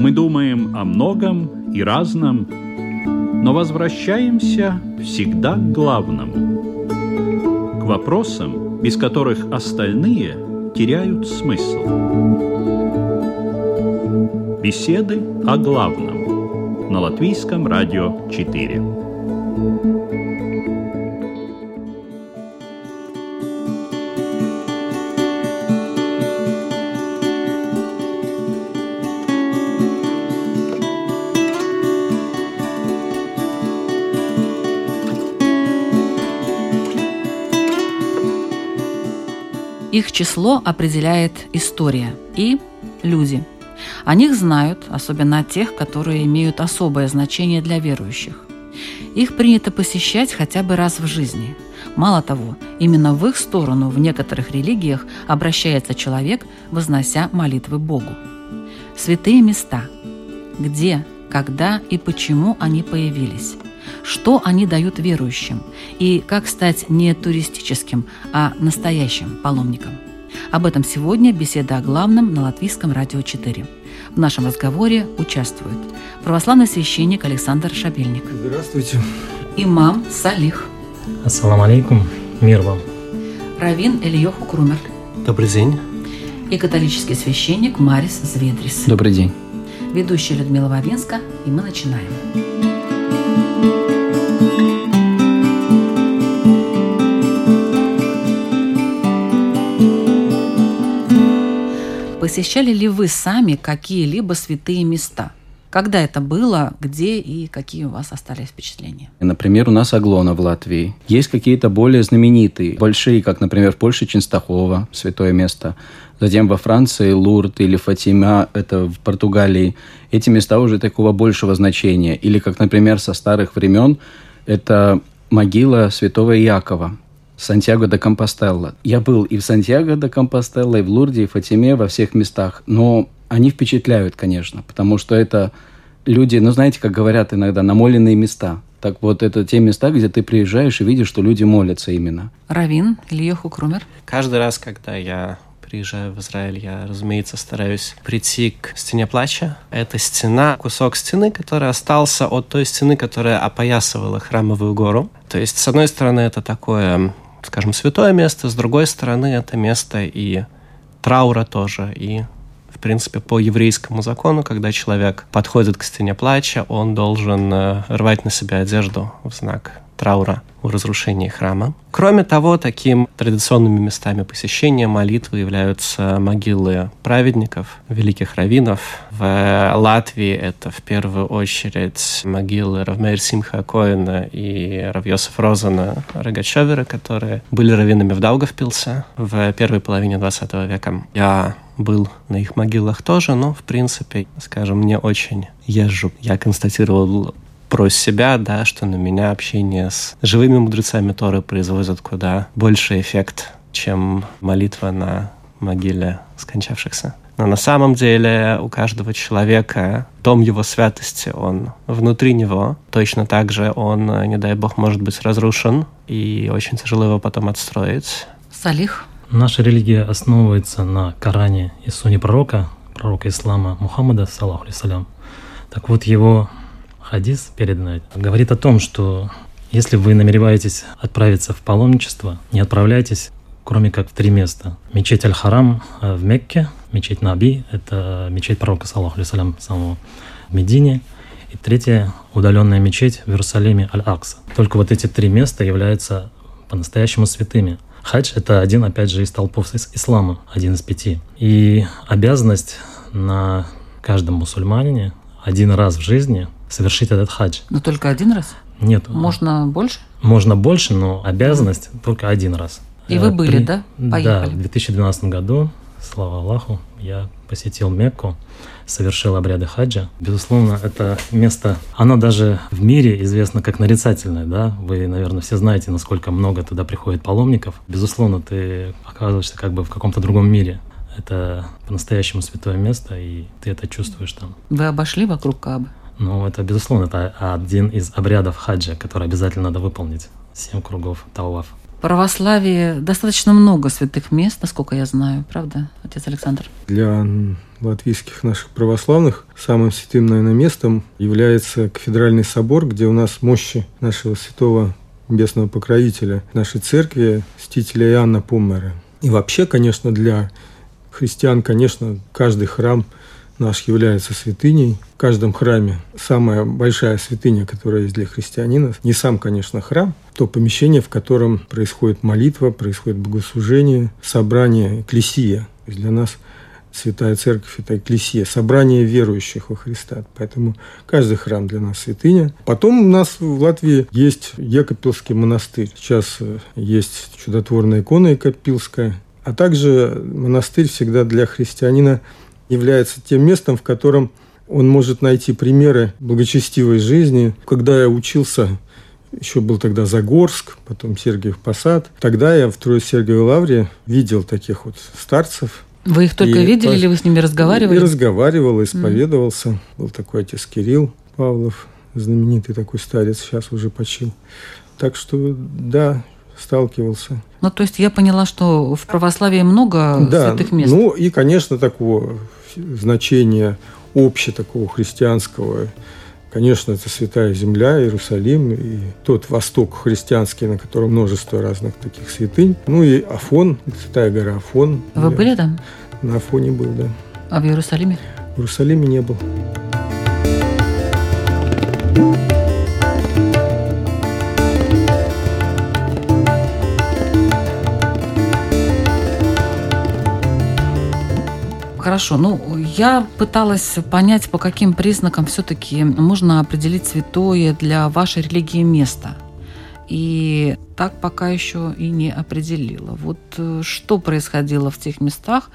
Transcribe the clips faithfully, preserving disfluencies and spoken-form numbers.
Мы думаем о многом и разном, но возвращаемся всегда к главному, к вопросам, без которых остальные теряют смысл. Беседы о главном на Латвийском радио четыре. Их число определяет история и люди. О них знают, особенно о тех, которые имеют особое значение для верующих. Их принято посещать хотя бы раз в жизни. Мало того, именно в их сторону в некоторых религиях обращается человек, вознося молитвы Богу. Святые места. Где, когда и почему они появились? Что они дают верующим? И как стать не туристическим, а настоящим паломником? Об этом сегодня беседа о главном на Латвийском радио четыре. В нашем разговоре участвуют православный священник Александр Шабельник. Здравствуйте. Имам Салих. Ассаламу алейкум. Мир вам. Раввин Элиоху Крумер. Добрый день. И католический священник Марис Зведрис. Добрый день. Ведущая Людмила Вавинска, и мы начинаем. Посещали ли вы сами какие-либо святые места? Когда это было, где и какие у вас остались впечатления? Например, у нас Аглона в Латвии. Есть какие-то более знаменитые, большие, как, например, в Польше Ченстахова, святое место. Затем во Франции Лурд или Фатима, это в Португалии. Эти места уже такого большего значения. Или, как, например, со старых времен, это могила святого Иакова. Сантьяго де Компостела. Я был и в Сантьяго де Компостела, и в Лурде, и в Фатиме, во всех местах. Но они впечатляют, конечно, потому что это люди, ну, знаете, как говорят иногда, намоленные места. Так вот, это те места, где ты приезжаешь и видишь, что люди молятся именно. Раввин Элиоху Крумер. Каждый раз, когда я приезжаю в Израиль, я, разумеется, стараюсь прийти к стене плача. Это стена, кусок стены, который остался от той стены, которая опоясывала храмовую гору. То есть, с одной стороны, это такое, скажем, святое место, с другой стороны, это место и траура тоже, и, в принципе, по еврейскому закону, когда человек подходит к стене плача, он должен рвать на себя одежду в знак траура о разрушении храма. Кроме того, таким традиционными местами посещения молитвы являются могилы праведников, великих раввинов. В Латвии это в первую очередь могилы Рав Меир Симха Коэна и Рав Йосеф Розена Рогачевера, которые были раввинами в Даугавпилсе в первой половине двадцатого века. Я был на их могилах тоже, но, в принципе, скажем, не очень езжу. Я констатировал про себя, да, что на меня общение с живыми мудрецами Торы производит куда больше эффект, чем молитва на могиле скончавшихся. Но на самом деле у каждого человека дом его святости, он внутри него. Точно так же он, не дай бог, может быть разрушен, и очень тяжело его потом отстроить. Салих. Наша религия основывается на Коране и Сунне пророка, пророка ислама Мухаммада, саллаху алейхиссалям. Так вот, его хадис переданный говорит о том, что если вы намереваетесь отправиться в паломничество, не отправляйтесь, кроме как в три места. Мечеть Аль-Харам в Мекке, мечеть Наби, это мечеть пророка, саллаху алейхиссалям, самого в Медине, и третья удаленная мечеть в Иерусалиме Аль-Акса. Только вот эти три места являются по-настоящему святыми. Хадж — это один, опять же, из столпов ислама, один из пяти. И обязанность на каждом мусульманине один раз в жизни совершить этот хадж. Но только один раз? Нет. Можно больше? Можно больше, но обязанность mm. только один раз. И вы были, При... да? Поехали. Да, в две тысячи двенадцатом году, слава Аллаху, я посетил Мекку, совершил обряды хаджа. Безусловно, это место, оно даже в мире известно как нарицательное, да? Вы, наверное, все знаете, насколько много туда приходит паломников. Безусловно, ты оказываешься как бы в каком-то другом мире. Это по-настоящему святое место, и ты это чувствуешь там. Вы обошли вокруг Каабы? Ну, это, безусловно, это один из обрядов хаджа, который обязательно надо выполнить. Семь кругов таваф. В православии достаточно много святых мест, насколько я знаю, правда, отец Александр? Для латвийских наших православных самым святым, наверное, местом является кафедральный собор, где у нас мощи нашего святого небесного покровителя, нашей церкви, святителя Иоанна Поммера. И вообще, конечно, для христиан, конечно, каждый храм наш является святыней. В каждом храме самая большая святыня, которая есть для христианина, не сам, конечно, храм, то помещение, в котором происходит молитва, происходит богослужение, собрание, экклесия. То есть для нас Святая Церковь – это экклесия, собрание верующих во Христа. Поэтому каждый храм для нас святыня. Потом у нас в Латвии есть Екапилский монастырь. Сейчас есть чудотворная икона Екапилская. А также монастырь всегда для христианина является тем местом, в котором он может найти примеры благочестивой жизни. Когда я учился, еще был тогда Загорск, потом Сергиев Посад, тогда я в Троице-Сергиевой лавре видел таких вот старцев. Вы их только и видели, по... или вы с ними разговаривали? И разговаривал, исповедовался. Mm. Был такой отец Кирилл Павлов, знаменитый такой старец, сейчас уже почил. Так что, да, сталкивался. Ну, то есть я поняла, что в православии много да, святых мест. Ну, и, конечно, такого значения обще такого христианского, конечно, это Святая Земля, Иерусалим, и тот Восток христианский, на котором множество разных таких святынь. Ну и Афон, Святая гора Афон. Вы да. были там? На Афоне был, да. А в Иерусалиме? В Иерусалиме не был. Хорошо. Ну, я пыталась понять, по каким признакам все-таки можно определить святое для вашей религии место. И так пока еще и не определила. Вот что происходило в тех местах,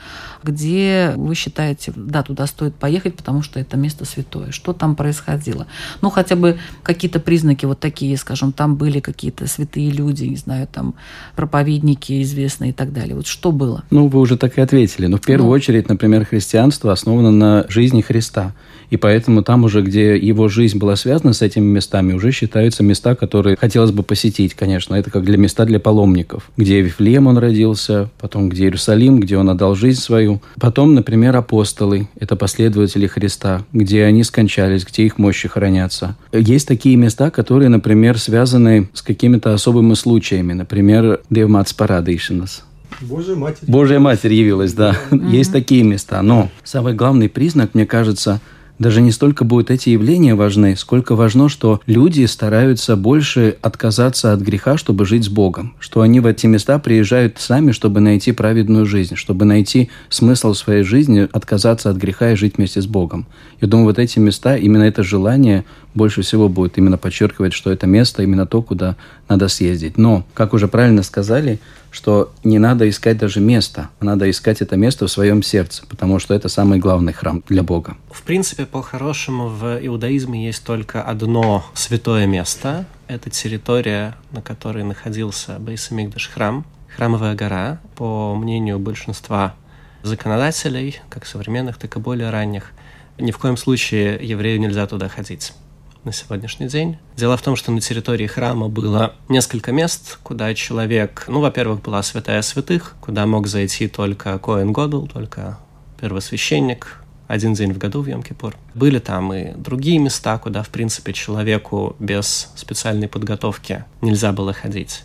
где вы считаете, да, туда стоит поехать, потому что это место святое. Что там происходило? Ну, хотя бы какие-то признаки вот такие, скажем, там были какие-то святые люди, не знаю, там проповедники известные и так далее. Вот что было? Ну, вы уже так и ответили. Но в первую ну. очередь, например, христианство основано на жизни Христа. И поэтому там уже, где его жизнь была связана с этими местами, уже считаются места, которые хотелось бы посетить, конечно. Это как для места для паломников. Где Вифлеем он родился, потом где Иерусалим, где он отдал жизнь свою. Потом, например, апостолы, это последователи Христа, где они скончались, где их мощи хранятся. Есть такие места, которые, например, связаны с какими-то особыми случаями. Например, Девмац Парадишинас. Божья Матерь. Божья Матерь явилась, да. Mm-hmm. Есть такие места. Но самый главный признак, мне кажется, даже не столько будут эти явления важны, сколько важно, что люди стараются больше отказаться от греха, чтобы жить с Богом. Что они в эти места приезжают сами, чтобы найти праведную жизнь, чтобы найти смысл своей жизни, отказаться от греха и жить вместе с Богом. Я думаю, вот эти места, именно это желание больше всего будет именно подчеркивать, что это место именно то, куда надо съездить. Но, как уже правильно сказали, что не надо искать даже место, а надо искать это место в своем сердце, потому что это самый главный храм для Бога. В принципе, по-хорошему, в иудаизме есть только одно святое место. Это территория, на которой находился Бейс Микдаш храм, храмовая гора. По мнению большинства законодателей, как современных, так и более ранних, ни в коем случае еврею нельзя туда ходить на сегодняшний день. Дело в том, что на территории храма было несколько мест, куда человек... Ну, во-первых, была святая святых, куда мог зайти только Коэн Годл, только первосвященник, один день в году в Йом-Кипур. Были там и другие места, куда, в принципе, человеку без специальной подготовки нельзя было ходить.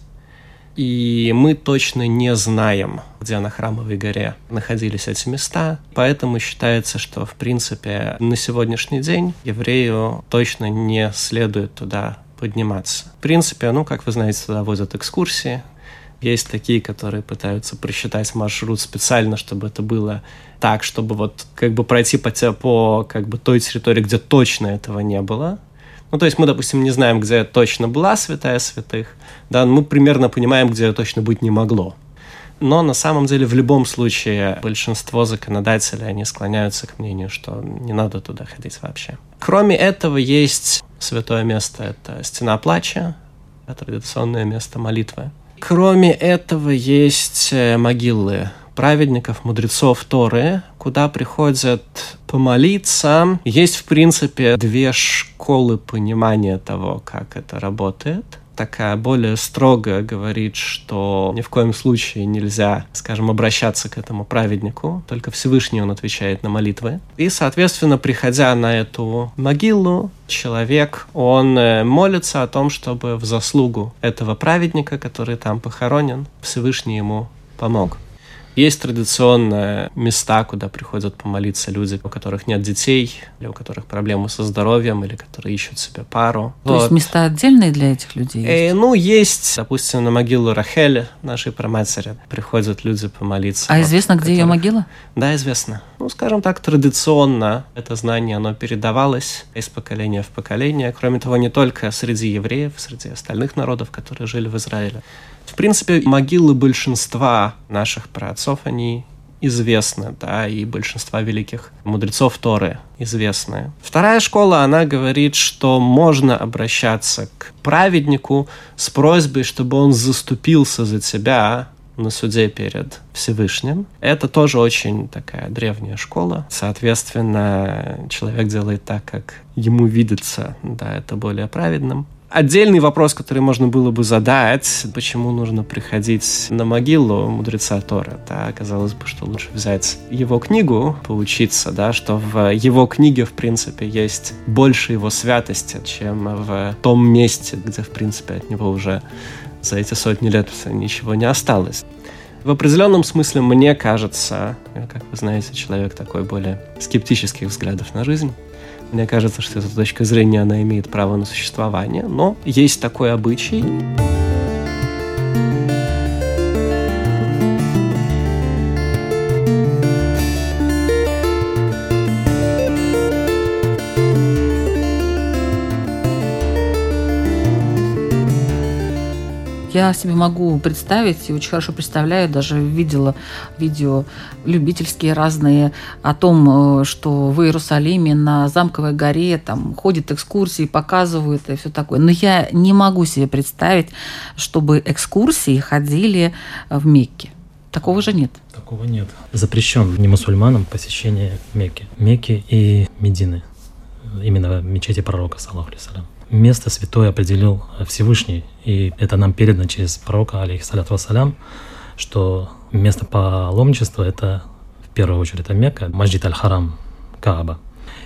И мы точно не знаем, где на Храмовой горе находились эти места, поэтому считается, что, в принципе, на сегодняшний день еврею точно не следует туда подниматься. В принципе, ну, как вы знаете, туда возят экскурсии. Есть такие, которые пытаются просчитать маршрут специально, чтобы это было так, чтобы вот как бы пройти по, по как бы той территории, где точно этого не было. Ну, то есть мы, допустим, не знаем, где точно была святая святых, да, мы примерно понимаем, где точно быть не могло. Но на самом деле в любом случае большинство законодателей, они склоняются к мнению, что не надо туда ходить вообще. Кроме этого, есть святое место, это Стена Плача, традиционное место молитвы. Кроме этого, есть могилы праведников, мудрецов Торы, куда приходят помолиться. Есть, в принципе, две школы понимания того, как это работает. такая более строгая, говорит, что ни в коем случае нельзя, скажем, обращаться к этому праведнику, только Всевышний он отвечает на молитвы. И, соответственно, приходя на эту могилу, человек, он молится о том, чтобы в заслугу этого праведника, который там похоронен, Всевышний ему помог. Есть традиционные места, куда приходят помолиться люди, у которых нет детей, или у которых проблемы со здоровьем, или которые ищут себе пару. То вот. есть места отдельные для этих людей есть? Э, ну, есть, допустим, на могилу Рахели, нашей праматери, приходят люди помолиться. А вот, известно, где которых... ее могила? Да, известно. Ну, скажем так, традиционно это знание, оно передавалось из поколения в поколение. Кроме того, не только среди евреев, среди остальных народов, которые жили в Израиле. В принципе, могилы большинства наших праотцов, они известны, да, и большинства великих мудрецов Торы известны. Вторая школа, она говорит, что можно обращаться к праведнику с просьбой, чтобы он заступился за тебя на суде перед Всевышним. Это тоже очень такая древняя школа. Соответственно, человек делает так, как ему видится, да, это более праведным. Отдельный вопрос, который можно было бы задать, почему нужно приходить на могилу мудреца Торы. Да, казалось бы, что лучше взять его книгу, поучиться, да, что в его книге, в принципе, есть больше его святости, чем в том месте, где, в принципе, от него уже за эти сотни лет ничего не осталось. В определенном смысле, мне кажется, как вы знаете, человек такой более скептических взглядов на жизнь. Мне кажется, что эта точка зрения, она имеет право на существование, но есть такой обычай. Я себе могу представить, и очень хорошо представляю, даже видела видео любительские разные о том, что в Иерусалиме на Замковой горе там ходят экскурсии, показывают и все такое. Но я не могу себе представить, чтобы экскурсии ходили в Мекке. Такого же нет. Такого нет. Запрещен не мусульманам посещение Мекки. Мекки и Медины. Именно мечети пророка, саллаху алейхи салям. Место святое определил Всевышний, и это нам передано через пророка, алейхиссаляту вассалям, что место паломничества — это в первую очередь это Мекка, Масджид аль-Харам, Кааба.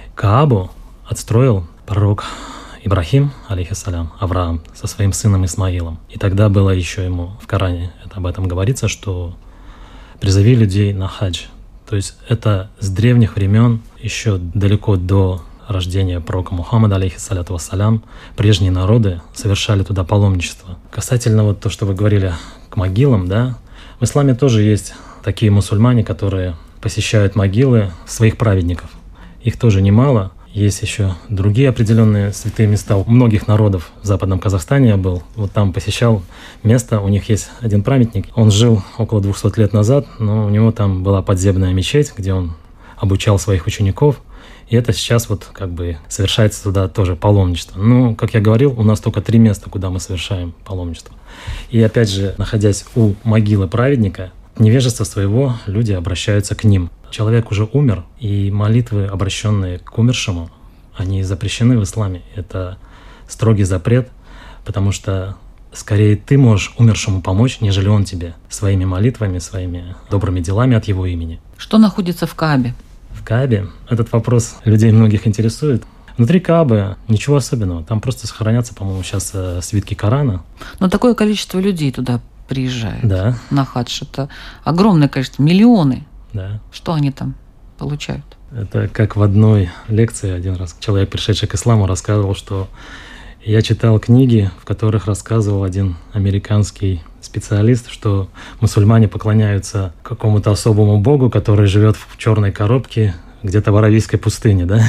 Каабу отстроил пророк Ибрахим, алейхиссалям, Авраам, со своим сыном Исмаилом. И тогда было еще ему в Коране это, об этом говорится, что призови людей на хадж. То есть это с древних времен, еще далеко до рождения пророка Мухаммада, алейхиссаляту вассалям, прежние народы совершали туда паломничество. Касательно вот то, что вы говорили к могилам, да, в исламе тоже есть такие мусульмане, которые посещают могилы своих праведников. Их тоже немало. Есть еще другие определенные святые места. У многих народов в Западном Казахстане я был. Вот там посещал место, у них есть один праведник. Он жил около двухсот лет назад, но у него там была подземная мечеть, где он обучал своих учеников. И это сейчас вот как бы совершается туда тоже паломничество. Ну, как я говорил, у нас только три места, куда мы совершаем паломничество. И опять же, находясь у могилы праведника, невежество своего люди обращаются к ним. Человек уже умер, и молитвы, обращенные к умершему, они запрещены в исламе. Это строгий запрет, потому что скорее ты можешь умершему помочь, нежели он тебе своими молитвами, своими добрыми делами от его имени. Что находится в Каабе? В Каабе этот вопрос людей многих интересует. Внутри Каабы ничего особенного. Там просто сохранятся, по-моему, сейчас свитки Корана. Но такое количество людей туда приезжает. Да. На хадж. Это огромное количество, миллионы. Да. Что они там получают? Это как в одной лекции один раз человек, пришедший к исламу, рассказывал, что я читал книги, в которых рассказывал один американский специалист, что мусульмане поклоняются какому-то особому богу, который живет в черной коробке где-то в Аравийской пустыне, да?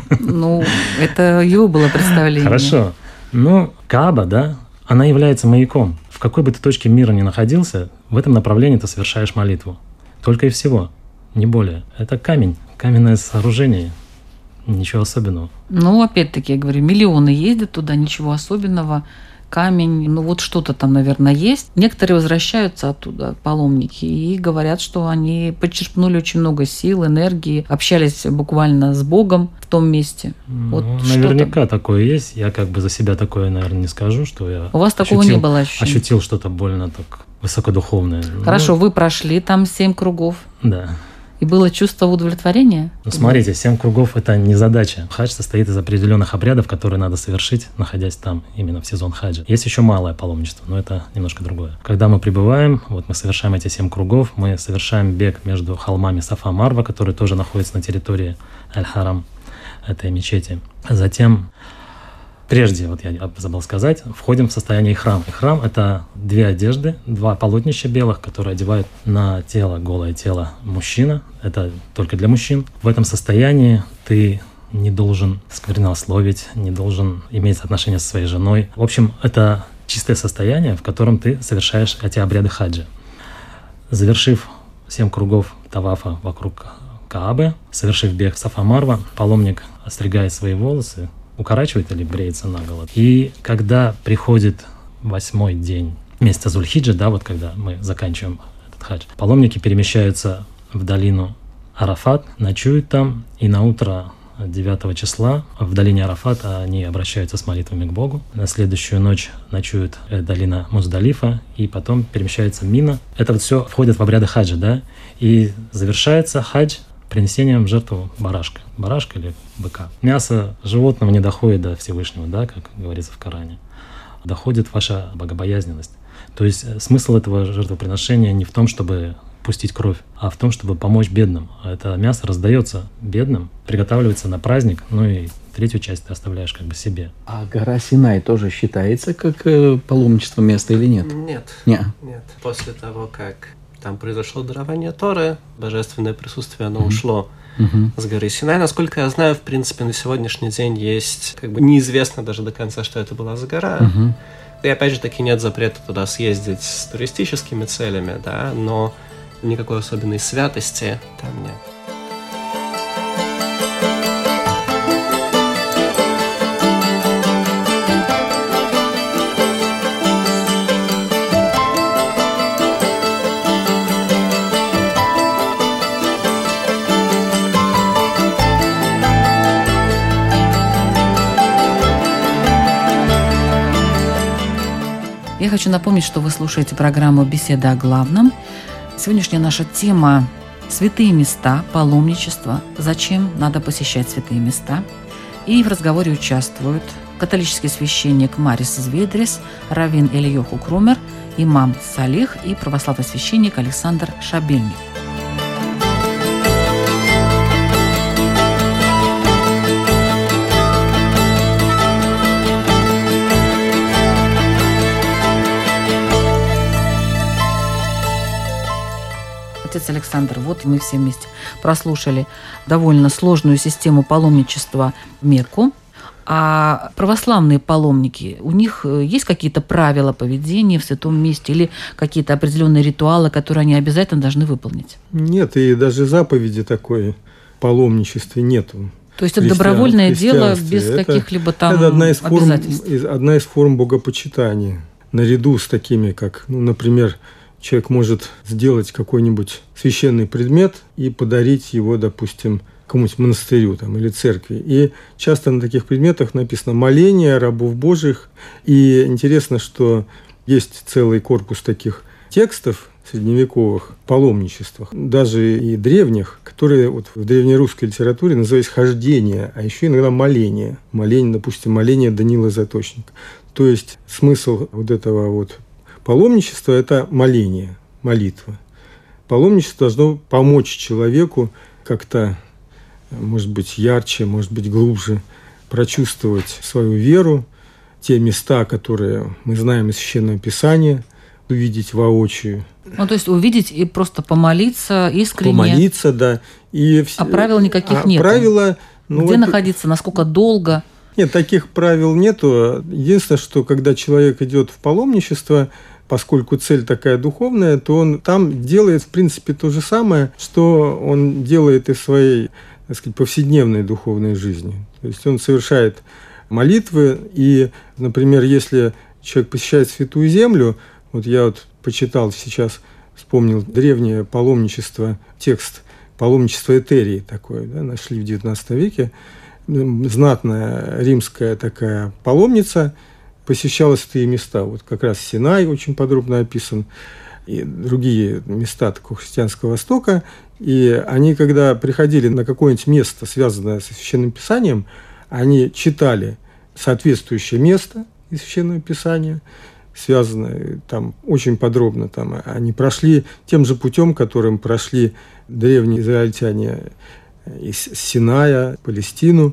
Ну, это его было представление. Хорошо. Ну, Кааба, да, она является маяком. В какой бы ты точке мира ни находился, в этом направлении ты совершаешь молитву. Только и всего, не более. Это камень, каменное сооружение. Ничего особенного. Ну, опять-таки, я говорю, миллионы ездят туда, ничего особенного. камень, ну вот что-то там, наверное, есть. Некоторые возвращаются оттуда, паломники, и говорят, что они почерпнули очень много сил, энергии, общались буквально с Богом в том месте. Ну, вот наверняка что-то. такое есть. Я как бы за себя такое, наверное, не скажу, что я У вас ощутил, такого не было ощущения? Ощутил что-то больно так высокодуховное. Хорошо, ну, вы прошли там семь кругов. Да. И было чувство удовлетворения? Ну, смотрите, семь кругов – это не задача. Хадж состоит из определенных обрядов, которые надо совершить, находясь там, именно в сезон хаджа. Есть еще малое паломничество, но это немножко другое. Когда мы прибываем, вот мы совершаем эти семь кругов, мы совершаем бег между холмами Сафа-Марва, которые тоже находятся на территории Аль-Харам, этой мечети. Затем, прежде, вот я забыл сказать, входим в состояние ихрам. Ихрам – это две одежды, два полотнища белых, которые одевают на тело, голое тело мужчина. Это только для мужчин. В этом состоянии ты не должен сквернословить, не должен иметь отношения со своей женой. В общем, это чистое состояние, в котором ты совершаешь эти обряды хаджа. Завершив семь кругов тавафа вокруг Каабы, совершив бег в Сафа-Марва, паломник остригает свои волосы, укорачивает или бреется наголо. И когда приходит восьмой день месяца Зуль-Хиджа, да, вот когда мы заканчиваем этот хадж, паломники перемещаются в долину Арафат, ночуют там, и на утро девятого числа в долине Арафат они обращаются с молитвами к Богу. На следующую ночь ночует долина Муздалифа, и потом перемещается Мина. Это вот все входит в обряды хаджа, да, и завершается хадж принесением в жертву барашка. Барашка или быка. Мясо животного не доходит до Всевышнего, да, как говорится в Коране. Доходит ваша богобоязненность. То есть смысл этого жертвоприношения не в том, чтобы пустить кровь, а в том, чтобы помочь бедным. Это мясо раздается бедным, приготавливается на праздник, ну и третью часть ты оставляешь как бы себе. А гора Синай тоже считается как э, паломничество место или нет? Нет. Не. Нет. После того, как там произошло дарование Торы, божественное присутствие, оно mm-hmm. ушло mm-hmm. с горы Синай. Насколько я знаю, в принципе, на сегодняшний день есть, как бы неизвестно даже до конца, что это была за гора. Mm-hmm. И опять же таки нет запрета туда съездить с туристическими целями, да, но никакой особенной святости там нет. Я хочу напомнить, что вы слушаете программу «Беседа о главном». Сегодняшняя наша тема – святые места, паломничество. Зачем надо посещать святые места? И в разговоре участвуют католический священник Марис Зведрис, раввин Элиоху Крумер, имам Салих и православный священник Александр Шабельник. Отец Александр, вот мы все вместе прослушали довольно сложную систему паломничества в Мекку. А православные паломники, у них есть какие-то правила поведения в святом месте или какие-то определенные ритуалы, которые они обязательно должны выполнить? Нет, и даже заповеди такой паломничестве нету. То есть это добровольное дело без это, каких-либо там это одна из форм, обязательств? Одна из форм богопочитания. Наряду с такими, как, ну, например, человек может сделать какой-нибудь священный предмет и подарить его, допустим, какому-нибудь монастырю там, или церкви. И часто на таких предметах написано «моление рабов Божьих». И интересно, что есть целый корпус таких текстов средневековых, паломничествах, даже и древних, которые вот в древнерусской литературе назывались хождение, а еще иногда моление. Моление, допустим, моление Данила Заточника. То есть смысл вот этого вот паломничество – это моление, молитва. Паломничество должно помочь человеку как-то, может быть, ярче, может быть, глубже прочувствовать свою веру, те места, которые мы знаем из Священного Писания, увидеть воочию. Ну, то есть увидеть и просто помолиться искренне. Помолиться, да. И а правил никаких а нет? Правила, ну, где это... находиться, насколько долго? Нет, таких правил нету. Единственное, что когда человек идет в паломничество, поскольку цель такая духовная, то он там делает, в принципе, то же самое, что он делает и в своей, так сказать, повседневной духовной жизни. То есть он совершает молитвы, и, например, если человек посещает Святую Землю, вот я вот почитал сейчас, вспомнил древнее паломничество, текст паломничества Этерии такое, да, нашли в девятнадцатом веке, знатная римская такая паломница посещала святые места, вот как раз Синай очень подробно описан, и другие места такого христианского Востока, и они, когда приходили на какое-нибудь место, связанное со Священным Писанием, они читали соответствующее место из Священного Писания, связанное там очень подробно, там они прошли тем же путем, которым прошли древние израильтяне из Синая, Палестину,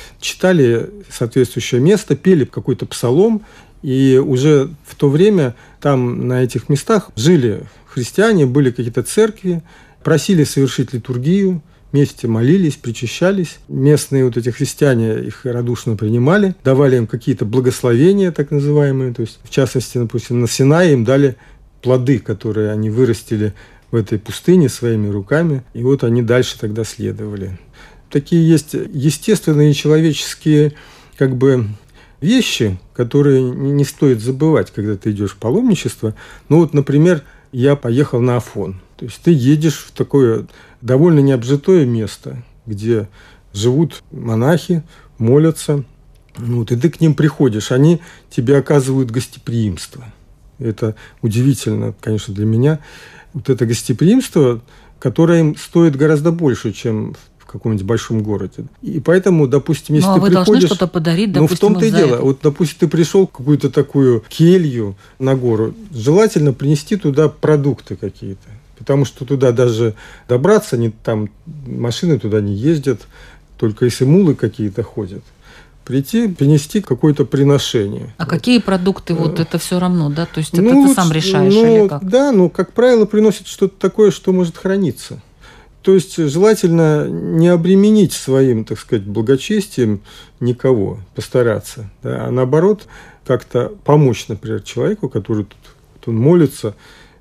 читали соответствующее место, пели какой-то псалом, и уже в то время там на этих местах жили христиане, были какие-то церкви, просили совершить литургию, вместе молились, причащались. Местные вот эти христиане их радушно принимали, давали им какие-то благословения, так называемые. То есть, в частности, допустим, на Синае им дали плоды, которые они вырастили в этой пустыне своими руками. И вот они дальше тогда следовали. Такие есть естественные человеческие как бы вещи, которые не стоит забывать, когда ты идешь в паломничество. Ну вот, например, я поехал на Афон. То есть ты едешь в такое довольно необжитое место, где живут монахи, молятся. Вот, и ты к ним приходишь, они тебе оказывают гостеприимство. Это удивительно, конечно, для меня. Вот это гостеприимство, которое им стоит гораздо больше, чем в каком-нибудь большом городе. И поэтому, допустим, если ну, а ты вы приходишь... должны что-то подарить, допустим, Ну, в том-то и дело. Вот, допустим, ты пришел в какую-то такую келью на гору, желательно принести туда продукты какие-то. Потому что туда даже добраться, не, там машины туда не ездят, только если мулы какие-то ходят. Прийти, принести какое-то приношение. А вот. Какие продукты, вот это все равно, да? То есть это ну, ты сам решаешь ну, или как? Да, но, как правило, приносят что-то такое, что может храниться. То есть желательно не обременить своим, так сказать, благочестием никого, постараться. Да? А наоборот, как-то помочь, например, человеку, который тут вот он молится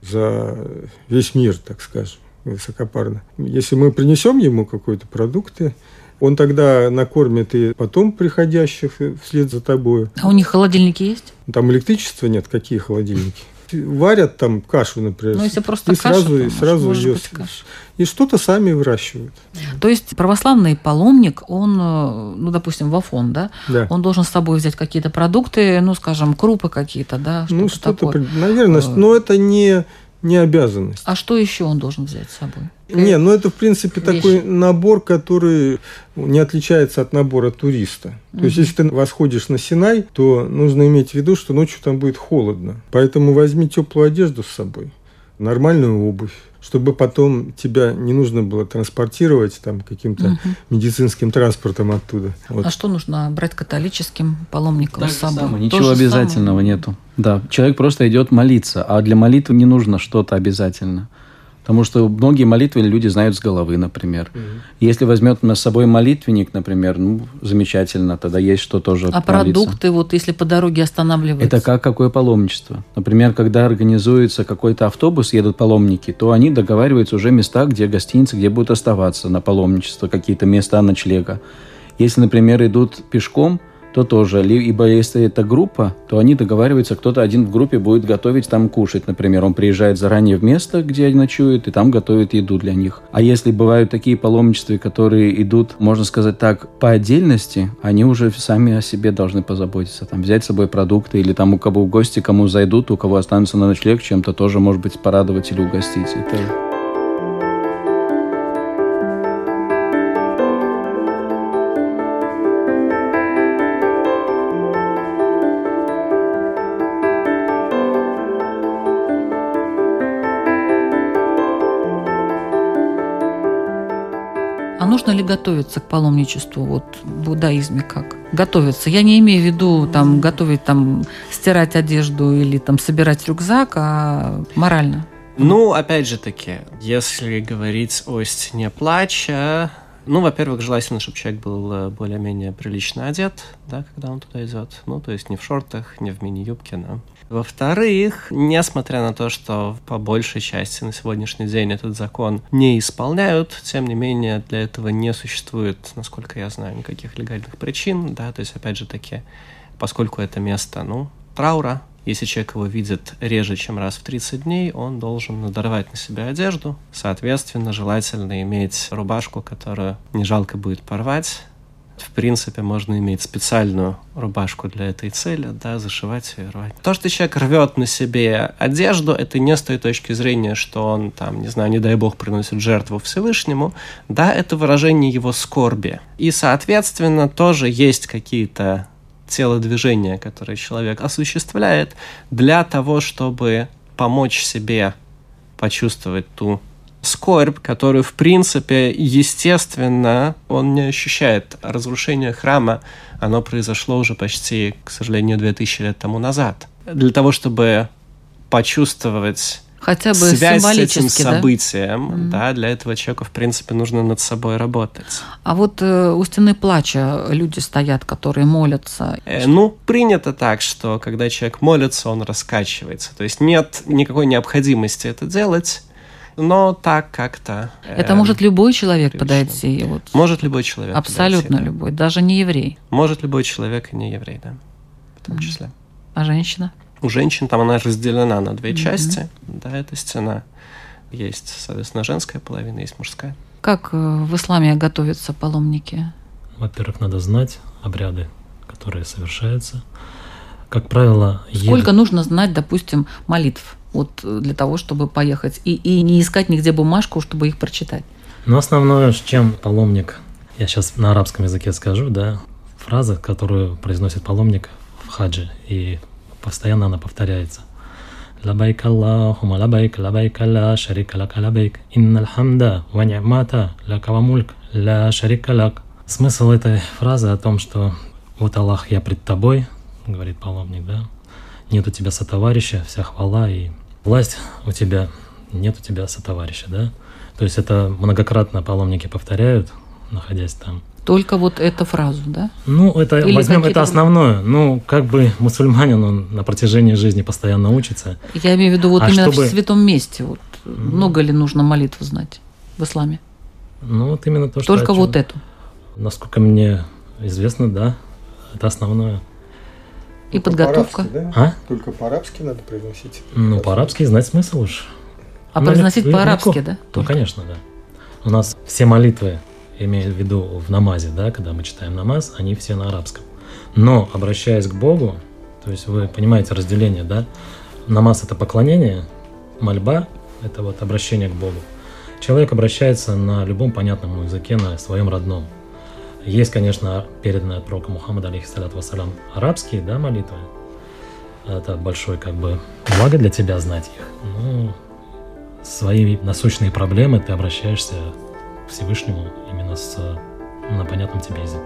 за весь мир, так скажем, высокопарно. Если мы принесем ему какие-то продукты, он тогда накормит и потом приходящих вслед за тобой. А у них холодильники есть? Там электричества нет, какие холодильники? Варят там кашу, например. Ну, если просто и кашу, сразу, то, и сразу может, ее... быть, каша. И что-то сами выращивают. То есть православный паломник, он, ну, допустим, в Афон, да? Да. Он должен с собой взять какие-то продукты, ну, скажем, крупы какие-то, да? Что-то ну, что-то, такое. наверное, но это не... не обязанность. А что еще он должен взять с собой? Не, ну это, в принципе, Вещи. Такой набор, который не отличается от набора туриста. То угу. есть, если ты восходишь на Синай, то нужно иметь в виду, что ночью там будет холодно. Поэтому возьми теплую одежду с собой, нормальную обувь, чтобы потом тебя не нужно было транспортировать там каким-то угу. медицинским транспортом оттуда. Вот. А что нужно брать католическим паломникам так с собой? Самое, ничего обязательного самое. Нету. Да, человек просто идет молиться, а для молитвы не нужно что-то обязательно. Потому что многие молитвы люди знают с головы, например. Угу. Если возьмет с собой молитвенник, например, ну, замечательно, тогда есть что тоже А молиться. Продукты, вот если по дороге останавливаются? Это как какое паломничество. Например, когда организуется какой-то автобус, едут паломники, то они договариваются уже места, где гостиницы, где будут оставаться на паломничество, какие-то места ночлега. Если, например, идут пешком, то тоже, либо если это группа, то они договариваются, кто-то один в группе будет готовить там кушать. Например, он приезжает заранее в место, где они ночуют, и там готовит еду для них. А если бывают такие паломничества, которые идут, можно сказать так, по отдельности, они уже сами о себе должны позаботиться. Там, взять с собой продукты, или там у кого в гости, кому зайдут, у кого останутся на ночлег, чем-то тоже, может быть, порадовать или угостить. Это... А нужно ли готовиться к паломничеству вот, в буддаизме как? Готовиться. Я не имею в виду там, готовить, там, стирать одежду или там, собирать рюкзак, а морально. Ну, опять же таки, если говорить о стене плача, ну, во-первых, желательно, чтобы человек был более-менее прилично одет, да, когда он туда идет. Ну, то есть не в шортах, не в мини-юбке, да. Во-вторых, несмотря на то, что по большей части на сегодняшний день этот закон не исполняют, тем не менее для этого не существует, насколько я знаю, никаких легальных причин, да, то есть, опять же таки, поскольку это место, ну, траура, Если человек его видит реже, чем раз в тридцать дней, он должен надорвать на себя одежду. Соответственно, желательно иметь рубашку, которую не жалко будет порвать. В принципе, можно иметь специальную рубашку для этой цели, да, зашивать ее и рвать. То, что человек рвет на себе одежду, это не с той точки зрения, что он, там, не знаю, не дай бог, приносит жертву Всевышнему, да, это выражение его скорби. И, соответственно, тоже есть какие-то телодвижения, которые человек осуществляет для того, чтобы помочь себе почувствовать ту скорбь, которую, в принципе, естественно, он не ощущает. Разрушение храма, оно произошло уже почти, к сожалению, две тысячи лет тому назад. Для того, чтобы почувствовать хотя бы связь с этим да? событием, Mm-hmm. да, для этого человеку, в принципе, нужно над собой работать. А вот э, у стены плача люди стоят, которые молятся. Э, ну, принято так, что когда человек молится, он раскачивается. То есть нет никакой необходимости это делать, но так как-то... Э, это может любой человек привычно. подойти? Вот. Может любой человек Абсолютно подойти, любой, да. Даже не еврей. Может любой человек и не еврей, да, в том числе. А женщина? У женщин там она разделена на две Mm-hmm. части. Да, эта стена. Есть, соответственно, женская половина, есть мужская. Как в исламе готовятся паломники? Во-первых, надо знать обряды, которые совершаются. Как правило, Сколько едут... нужно знать, допустим, молитв вот, для того, чтобы поехать? И, и не искать нигде бумажку, чтобы их прочитать? Но основное, с чем паломник, я сейчас на арабском языке скажу, да, фраза, которую произносит паломник в хаджи, и постоянно она повторяется. Лабайк Аллахума лабайк, лабайк ла шарика лака лабайк, инналь хамда ва ни'мата лака ва мульк ла шарика лак. Смысл этой фразы о том, что вот Аллах, я пред тобой, говорит паломник, да, нет у тебя сотоварища, вся хвала и власть у тебя, нет у тебя сотоварища, да. То есть это многократно паломники повторяют, находясь там. Только вот эту фразу, да? Ну, это Или возьмем это основное. Ну, как бы мусульманин, он на протяжении жизни постоянно учится. Я имею в виду вот а именно чтобы... в святом месте. Вот. Mm-hmm. Много ли нужно молитву знать в исламе? Ну, вот именно то, что... Только вот эту? Насколько мне известно, да, это основное. И Только подготовка? По-арабски, да? А? Только по-арабски надо произносить? Ну, по-арабски знать смысл уж. А ну, произносить легко. по-арабски, да? Ну, Только. конечно, да. У нас все молитвы, имею в виду в намазе, да, когда мы читаем намаз, они все на арабском. Но, обращаясь к Богу, то есть вы понимаете разделение, да? Намаз – это поклонение, мольба – это вот обращение к Богу. Человек обращается на любом понятном языке, на своем родном. Есть, конечно, переданные от пророка Мухаммада, алейхиссаляту вассалям, арабские, да, молитвы. Это большое, как бы, благо для тебя знать их. Но свои насущные проблемы ты обращаешься к Всевышнему именно с, на понятном тебе языке.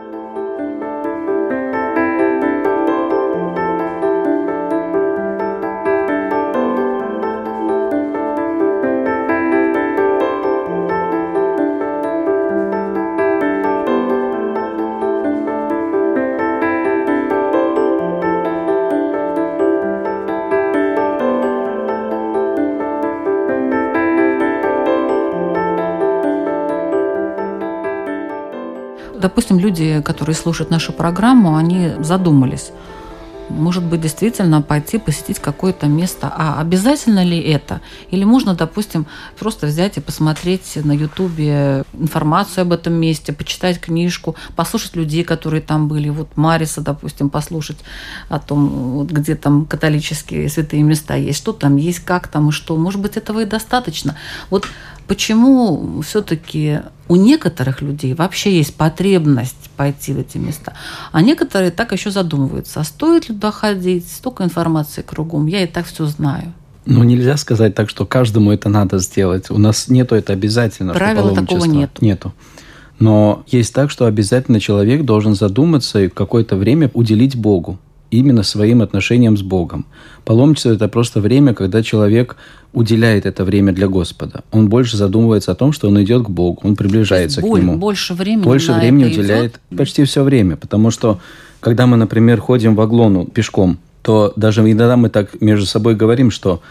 Допустим, люди, которые слушают нашу программу, они задумались, может быть, действительно пойти посетить какое-то место. А обязательно ли это? Или можно, допустим, просто взять и посмотреть на Ютубе информацию об этом месте, почитать книжку, послушать людей, которые там были. Вот Мариса, допустим, послушать о том, вот где там католические святые места есть, что там есть, как там и что. Может быть, этого и достаточно. Вот почему все-таки у некоторых людей вообще есть потребность пойти в эти места, а некоторые так еще задумываются, а стоит ли туда ходить, столько информации кругом, я и так все знаю. Ну, нельзя сказать так, что каждому это надо сделать. У нас нету это обязательно. Правила такого нету. Нету. Но есть так, что обязательно человек должен задуматься и какое-то время уделить Богу. Именно своим отношением с Богом. Паломничество – это просто время, когда человек уделяет это время для Господа. Он больше задумывается о том, что он идет к Богу, он приближается к Нему. Больше времени Больше на времени это уделяет идет? Почти все время. Потому что, когда мы, например, ходим в Аглону пешком, то даже иногда мы так между собой говорим, что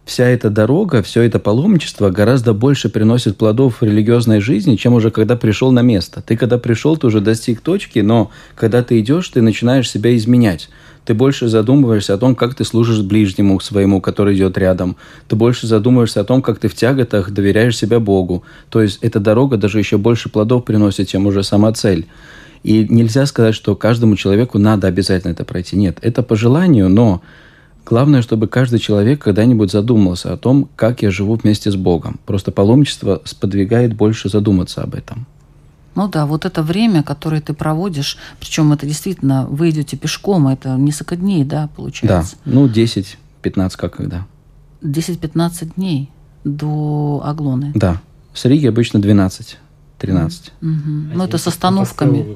вся эта дорога, все это паломничество гораздо больше приносит плодов в религиозной жизни, чем уже когда пришел на место. Ты когда пришел, ты уже достиг точки, но когда ты идешь, ты начинаешь себя изменять. Ты больше задумываешься о том, как ты служишь ближнему своему, который идет рядом. Ты больше задумываешься о том, как ты в тяготах доверяешь себя Богу. То есть эта дорога даже еще больше плодов приносит, чем уже сама цель. И нельзя сказать, что каждому человеку надо обязательно это пройти. Нет, это по желанию, но главное, чтобы каждый человек когда-нибудь задумался о том, как я живу вместе с Богом. Просто паломничество сподвигает больше задуматься об этом. Ну да, вот это время, которое ты проводишь, причем это действительно, вы идете пешком, это несколько дней, да, получается? Да, ну десять-пятнадцать как когда. десять-пятнадцать дней до Аглоны? Да, с Риги обычно двенадцать-тринадцать. Угу. Ну это с остановками.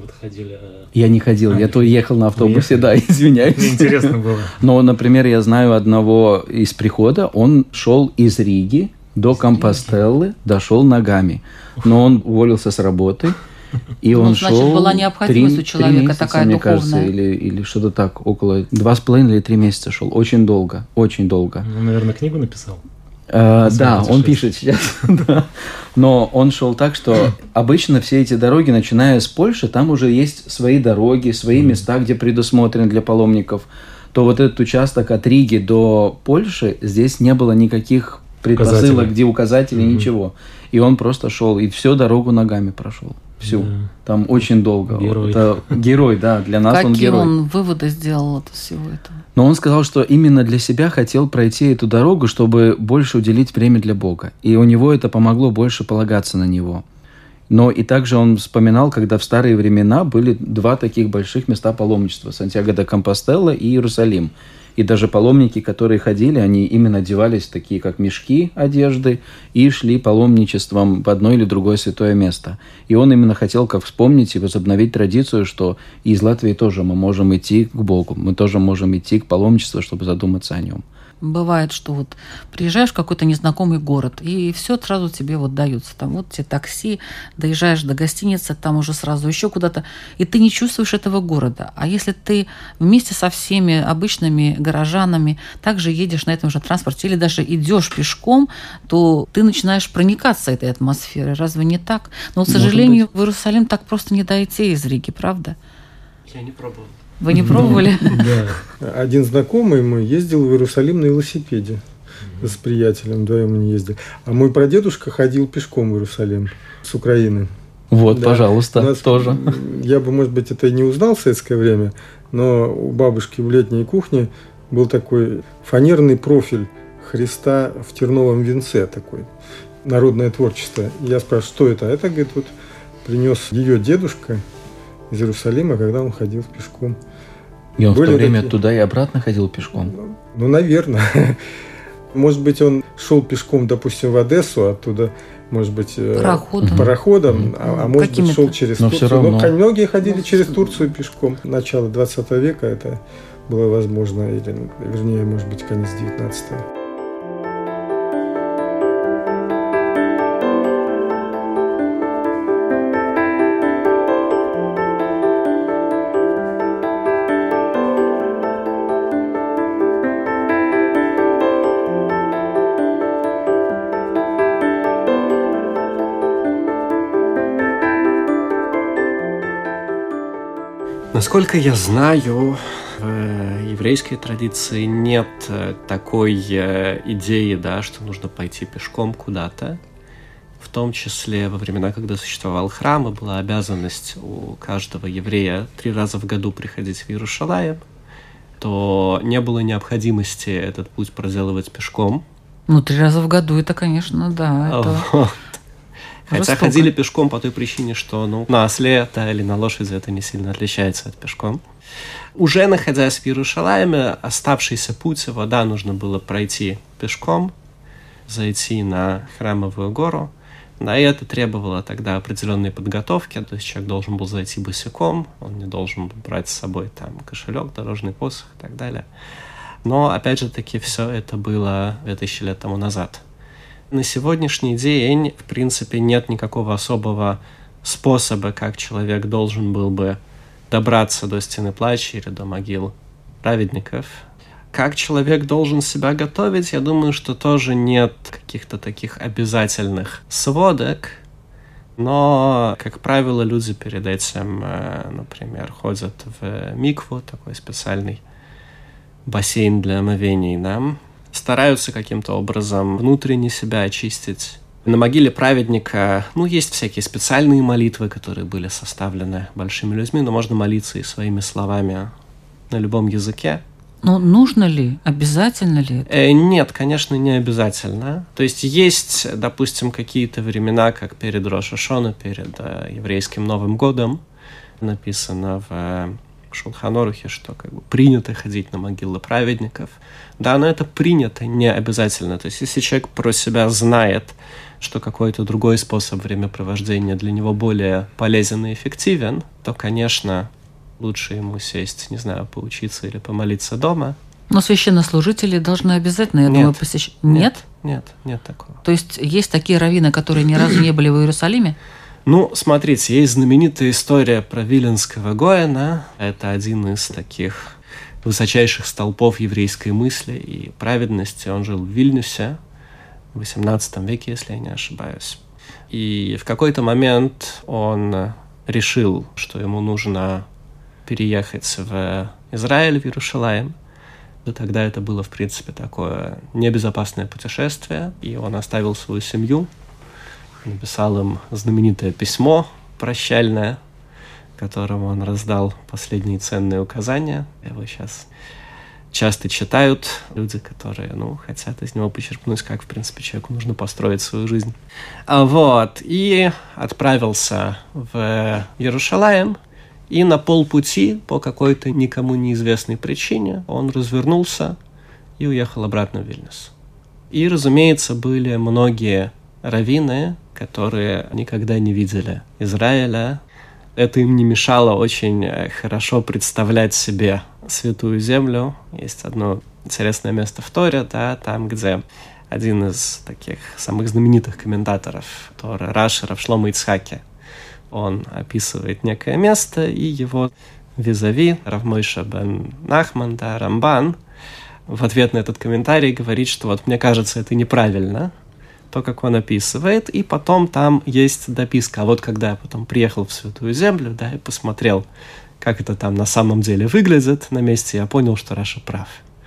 Я не ходил, а, я то ехал на автобусе, да, извиняюсь. Мне интересно было. Но, например, я знаю одного из прихода, он шел из Риги до Компостеллы, дошел ногами. Но он уволился с работы, и он ну, значит, шел была необходимость три, у человека три месяца, такая мне духовная. кажется, или, или что-то так, около два с половиной или три месяца шел. Очень долго, очень долго. Ну, наверное, книгу написал. Uh, да, он пишет сейчас. да. Но он шел так, что обычно все эти дороги, начиная с Польши, там уже есть свои дороги, свои места, где предусмотрены для паломников. То вот этот участок от Риги до Польши, здесь не было никаких предпосылок, указатели. где указателей, mm-hmm. ничего. И он просто шел, и всю дорогу ногами прошел. Всю. Yeah. Там очень долго. Герой. Это герой, да, для нас Какие он герой. он выводы сделал от всего этого? Но он сказал, что именно для себя хотел пройти эту дорогу, чтобы больше уделить время для Бога. И у него это помогло больше полагаться на Него. Но и также он вспоминал, когда в старые времена были два таких больших места паломничества – Сантьяго де Компостелла и Иерусалим. И даже паломники, которые ходили, они именно одевались в такие, как мешки одежды, и шли паломничеством в одно или другое святое место. И он именно хотел как вспомнить и возобновить традицию, что из Латвии тоже мы можем идти к Богу, мы тоже можем идти к паломничеству, чтобы задуматься о нем. Бывает, что вот приезжаешь в какой-то незнакомый город, и все сразу тебе вот дается. Там вот тебе такси, доезжаешь до гостиницы, там уже сразу еще куда-то, и ты не чувствуешь этого города. А если ты вместе со всеми обычными горожанами также едешь на этом же транспорте или даже идешь пешком, то ты начинаешь проникаться этой атмосферой. Разве не так? Но, к сожалению, в Иерусалим так просто не дойти из Риги, правда? Я не пробовал. Вы не пробовали? Да. Один знакомый мой ездил в Иерусалим на велосипеде с приятелем, вдвоем они ездили. А мой прадедушка ходил пешком в Иерусалим с Украины. Вот, да. Пожалуйста, нас, тоже. Я бы, может быть, это и не узнал в советское время, но у бабушки в летней кухне был такой фанерный профиль Христа в терновом венце, такой, народное творчество. Я спрашиваю, что это? Это, говорит, вот принес ее дедушка из Иерусалима, когда он ходил пешком. И он Были в то время такие... туда и обратно ходил пешком? Ну, ну, наверное. Может быть, он шел пешком, допустим, в Одессу, оттуда, может быть, пароходом, пароходом mm-hmm. а, а может быть, шел через Но Турцию. Но многие ходили Но через Турцию пешком. Начало двадцатого века это было возможно, или, вернее, может быть, конец девятнадцатого. Насколько я знаю, в еврейской традиции нет такой идеи, да, что нужно пойти пешком куда-то. В том числе во времена, когда существовал храм, и была обязанность у каждого еврея три раза в году приходить в Иерусалим, то не было необходимости этот путь проделывать пешком. Ну, три раза в году это, конечно, да. Это... Вот. Хотя жестоко. Ходили пешком по той причине, что ну, на осле это или на лошади это не сильно отличается от пешком. Уже находясь в Иерусалиме, оставшийся путь его, да, нужно было пройти пешком, зайти на Храмовую гору. На это требовало тогда определенной подготовки, то есть человек должен был зайти босиком, он не должен был брать с собой там кошелек, дорожный посох и так далее. Но, опять же таки, все это было две тысячи лет тому назад. На сегодняшний день, в принципе, нет никакого особого способа, как человек должен был бы добраться до стены плача или до могил праведников. Как человек должен себя готовить, я думаю, что тоже нет каких-то таких обязательных сводок. Но, как правило, люди перед этим, например, ходят в микву, такой специальный бассейн для омовений, да, стараются каким-то образом внутренне себя очистить. На могиле праведника, ну, есть всякие специальные молитвы, которые были составлены большими людьми, но можно молиться и своими словами на любом языке. Но нужно ли? Обязательно ли это? Э, нет, конечно, не обязательно. То есть есть, допустим, какие-то времена, как перед Рош ха-Шана, перед э, еврейским Новым годом, написано в Шулхан Арухе, что как бы принято ходить на могилы праведников. Да, но это принято, не обязательно. То есть если человек про себя знает, что какой-то другой способ времяпровождения для него более полезен и эффективен, то, конечно, лучше ему сесть, не знаю, поучиться или помолиться дома. Но священнослужители должны обязательно, я нет, думаю, посещать. Нет? Нет, нет такого. То есть есть такие раввины, которые ни разу не были в Иерусалиме? Ну, смотрите, есть знаменитая история про Виленского Гоэна. Это один из таких высочайших столпов еврейской мысли и праведности. Он жил в Вильнюсе в восемнадцатом веке, если я не ошибаюсь. И в какой-то момент он решил, что ему нужно переехать в Израиль, в Иерушалаим. И тогда это было, в принципе, такое небезопасное путешествие. И он оставил свою семью, написал им знаменитое письмо прощальное, которому он раздал последние ценные указания. Его сейчас часто читают люди, которые, ну, хотят из него почерпнуть, как, в принципе, человеку нужно построить свою жизнь. А вот, и отправился в Иерушалаим, и на полпути, по какой-то никому неизвестной причине, он развернулся и уехал обратно в Вильнюс. И, разумеется, были многие раввины, которые никогда не видели Израиля. Это им не мешало очень хорошо представлять себе Святую Землю. Есть одно интересное место в Торе, да, там, где один из таких самых знаменитых комментаторов Торы, Раши, Рав Шломо Ицхаки, он описывает некое место, и его визави, Рав Мойше бен Нахман, да, Рамбан, в ответ на этот комментарий говорит, что вот мне кажется, это неправильно, то, как он описывает, и потом там есть дописка. А вот когда я потом приехал в Святую Землю, да, и посмотрел, как это там на самом деле выглядит на месте, я понял, что Раша прав.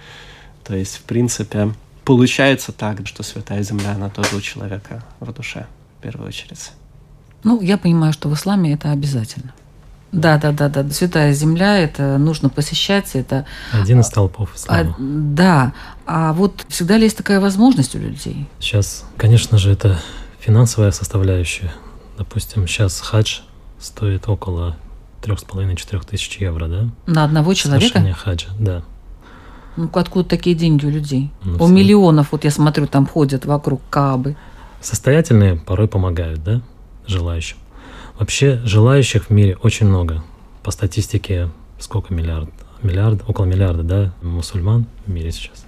То есть, в принципе, получается так, что Святая Земля, она тоже у человека в душе, в первую очередь. Ну, я понимаю, что в исламе это обязательно. Да, да, да, да. Святая Земля, это нужно посещать, это... Один из столпов ислама. А, да. А вот всегда ли есть такая возможность у людей? Сейчас, конечно же, это финансовая составляющая. Допустим, сейчас хадж стоит около трех с половиной-четырех тысяч евро, да? На одного человека? Совершение хаджа, да. Ну, откуда такие деньги у людей? Ну, у все. миллионов, вот я смотрю, там ходят вокруг Каабы. Состоятельные порой помогают, да, желающим. Вообще желающих в мире очень много. По статистике сколько миллиард? Миллиард, около миллиарда, да, мусульман в мире сейчас.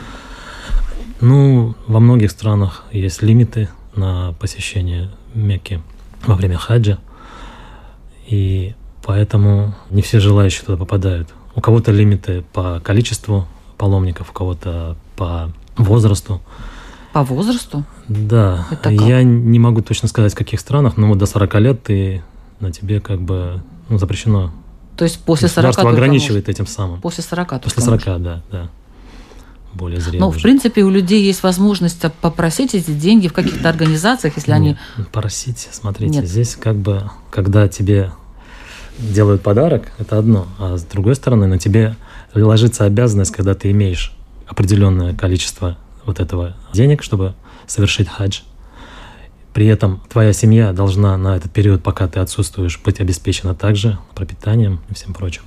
Ну, во многих странах есть лимиты на посещение Мекки во время хаджа. И поэтому не все желающие туда попадают. У кого-то лимиты по количеству паломников, у кого-то по возрасту. По возрасту? Да. Это как? Я не могу точно сказать, в каких странах, но вот до сорока лет ты, на тебе как бы ну, запрещено. То есть после сорока государство ограничивает этим самым. После сорока. После сорока, да, да. Более зрелые. Ну, в принципе, у людей есть возможность попросить эти деньги в каких-то организациях, если Нет, они... Просить, смотрите, Нет. здесь как бы, когда тебе делают подарок, это одно, а с другой стороны, на тебе ложится обязанность, когда ты имеешь определенное количество вот этого денег, чтобы совершить хадж. При этом твоя семья должна на этот период, пока ты отсутствуешь, быть обеспечена также пропитанием и всем прочим.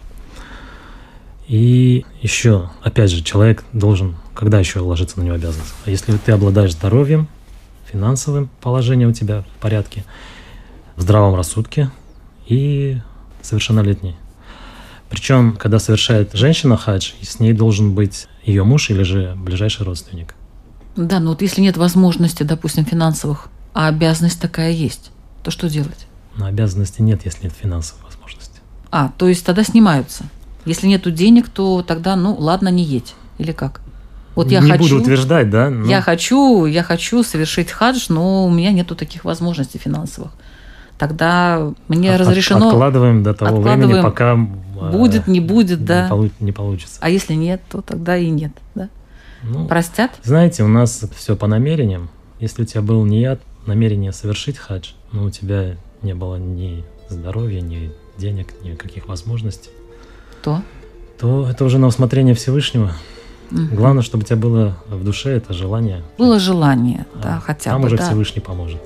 И еще, опять же, человек должен, когда еще ложится на него обязанность? А если ты обладаешь здоровьем, финансовым положением у тебя в порядке, в здравом рассудке и совершеннолетний. Причем, когда совершает женщина хадж, с ней должен быть ее муж или же ближайший родственник. Да, но вот если нет возможности, допустим, финансовых, а обязанность такая есть, то что делать? Но обязанности нет, если нет финансовой возможности. А, то есть тогда снимаются. Если нету денег, то тогда, ну, ладно, не едь. Или как? Вот я не хочу, буду утверждать, да? Но... Я хочу, я хочу совершить хадж, но у меня нету таких возможностей финансовых. Тогда мне От, разрешено... Откладываем до того откладываем, времени, пока... Будет, не будет, не да. Полу- не получится. А если нет, то тогда и нет, да? Ну, простят? Знаете, у нас все по намерениям. Если у тебя был ният, намерение совершить хадж, но у тебя не было ни здоровья, ни денег, ни каких возможностей, то, то это уже на усмотрение Всевышнего. Угу. Главное, чтобы у тебя было в душе это желание. Было желание, а да, хотя там бы. Там уже да. Всевышний поможет.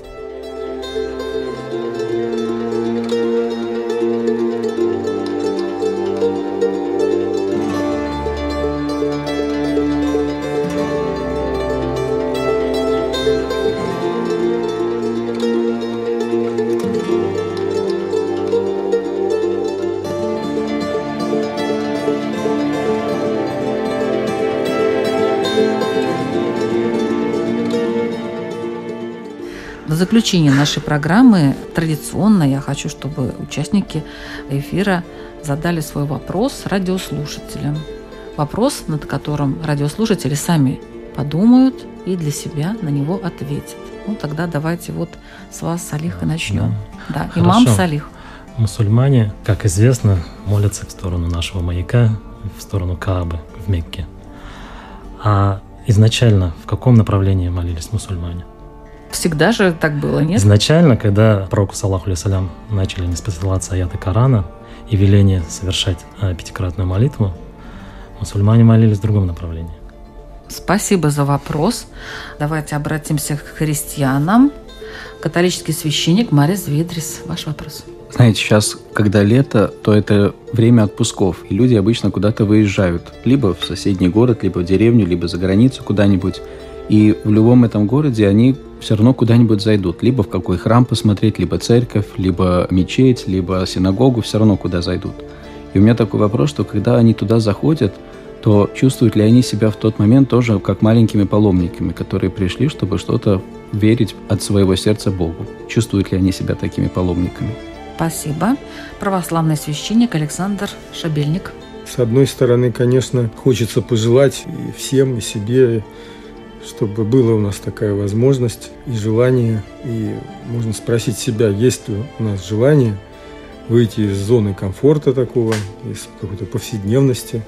В заключение нашей программы традиционно я хочу, чтобы участники эфира задали свой вопрос радиослушателям. Вопрос, над которым радиослушатели сами подумают и для себя на него ответят. Ну, тогда давайте вот с вас, Салих, и начнем. Да, Хорошо. Имам Салих. Мусульмане, как известно, молятся в сторону нашего маяка, в сторону Каабы в Мекке. А изначально в каком направлении молились мусульмане? Всегда же так было, нет? Изначально, когда пророку саллаху алейхи начали ниспослаться аяты Корана и веление совершать пятикратную молитву, мусульмане молились в другом направлении. Спасибо за вопрос. Давайте обратимся к христианам. Католический священник Марис Видрис. Ваш вопрос. Знаете, сейчас, когда лето, то это время отпусков, и люди обычно куда-то выезжают. Либо в соседний город, либо в деревню, либо за границу куда-нибудь. И в любом этом городе они все равно куда-нибудь зайдут. Либо в какой храм посмотреть, либо церковь, либо мечеть, либо синагогу, все равно куда зайдут. И у меня такой вопрос, что когда они туда заходят, то чувствуют ли они себя в тот момент тоже как маленькими паломниками, которые пришли, чтобы что-то верить от своего сердца Богу? Чувствуют ли они себя такими паломниками? Спасибо. Православный священник Александр Шабельник. С одной стороны, конечно, хочется пожелать и всем, и себе, чтобы была у нас такая возможность и желание. И можно спросить себя, есть ли у нас желание выйти из зоны комфорта такого, из какой-то повседневности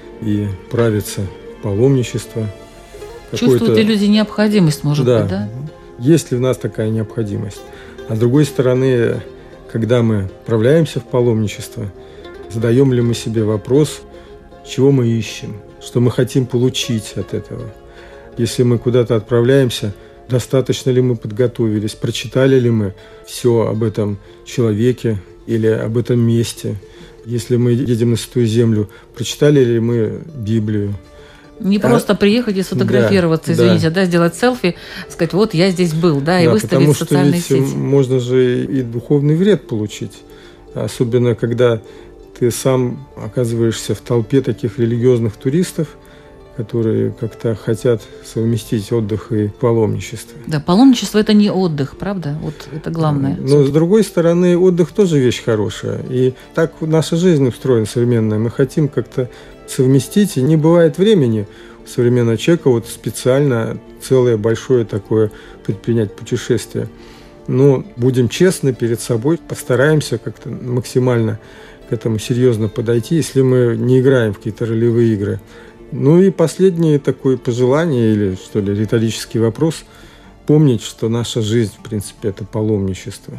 и правиться в паломничество. Чувствуют ли люди необходимость, может да. быть, да? Есть ли у нас такая необходимость? А с другой стороны, когда мы отправляемся в паломничество, задаем ли мы себе вопрос, чего мы ищем, что мы хотим получить от этого. Если мы куда-то отправляемся, достаточно ли мы подготовились, прочитали ли мы все об этом человеке или об этом месте. Если мы едем на Святую Землю, прочитали ли мы Библию. Не а, просто приехать и сфотографироваться, да, извините, да. Да, сделать селфи, сказать, вот я здесь был, да, и да, выставить в социальные сети. Потому что ведь можно же и духовный вред получить. Особенно, когда ты сам оказываешься в толпе таких религиозных туристов, которые как-то хотят совместить отдых и паломничество. Да, паломничество – это не отдых, правда? Вот это главное. Но, с другой стороны, отдых тоже вещь хорошая. И так наша жизнь устроена современная. Мы хотим как-то совместить, и не бывает времени у современного человека вот специально целое большое такое предпринять путешествие. Но будем честны перед собой, постараемся как-то максимально к этому серьезно подойти, если мы не играем в какие-то ролевые игры. Ну и последнее такое пожелание, или что ли, риторический вопрос, помнить, что наша жизнь, в принципе, это паломничество.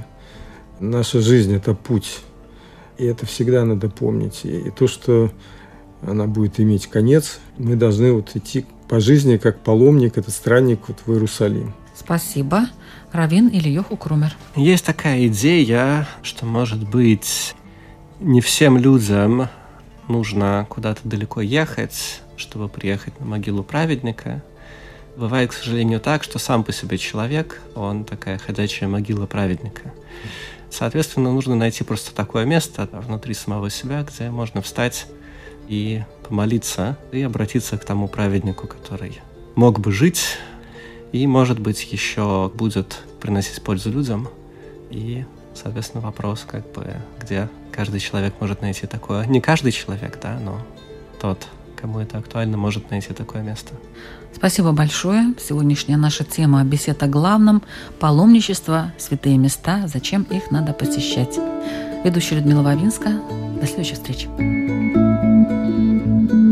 Наша жизнь – это путь. И это всегда надо помнить. И то, что она будет иметь конец, мы должны вот идти по жизни как паломник, этот странник вот в Иерусалим. Спасибо. Равин Ильёху Крумер. Есть такая идея, что, может быть, не всем людям нужно куда-то далеко ехать, чтобы приехать на могилу праведника. Бывает, к сожалению, так, что сам по себе человек, он такая ходячая могила праведника. Соответственно, нужно найти просто такое место внутри самого себя, где можно встать и помолиться, и обратиться к тому праведнику, который мог бы жить, и, может быть, еще будет приносить пользу людям. И, соответственно, вопрос, как бы, где каждый человек может найти такое. Не каждый человек, да, но тот, кому это актуально, может найти такое место. Спасибо большое. Сегодняшняя наша тема «Беседа о главном» – паломничество, святые места, зачем их надо посещать. Ведущая Людмила Вавинска. До следующей встречи.